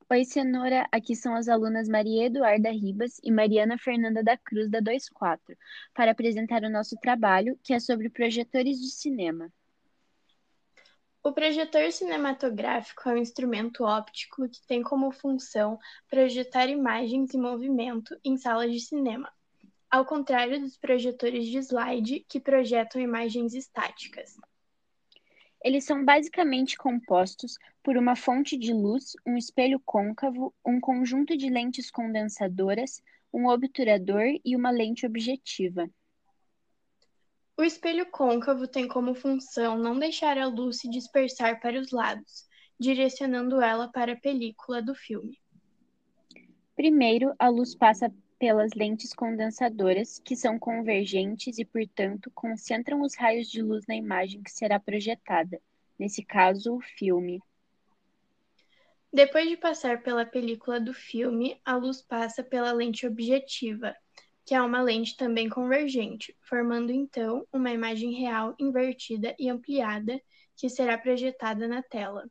Oi, Cenoura, aqui são as alunas Maria Eduarda Ribas e Mariana Fernanda da Cruz, da 24, para apresentar o nosso trabalho, que é sobre projetores de cinema. O projetor cinematográfico é um instrumento óptico que tem como função projetar imagens em movimento em salas de cinema, ao contrário dos projetores de slide, que projetam imagens estáticas. Eles são basicamente compostos por uma fonte de luz, um espelho côncavo, um conjunto de lentes condensadoras, um obturador e uma lente objetiva. O espelho côncavo tem como função não deixar a luz se dispersar para os lados, direcionando ela para a película do filme. Primeiro, a luz passa pelas lentes condensadoras, que são convergentes e, portanto, concentram os raios de luz na imagem que será projetada, nesse caso, o filme. Depois de passar pela película do filme, a luz passa pela lente objetiva, que é uma lente também convergente, formando então uma imagem real invertida e ampliada que será projetada na tela.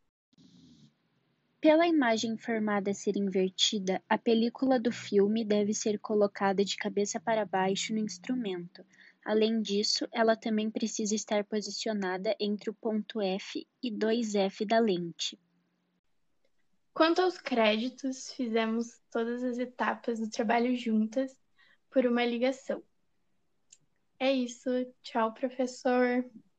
Pela imagem formada ser invertida, a película do filme deve ser colocada de cabeça para baixo no instrumento. Além disso, ela também precisa estar posicionada entre o ponto F e 2F da lente. Quanto aos créditos, fizemos todas as etapas do trabalho juntas por uma ligação. É isso. Tchau, professor.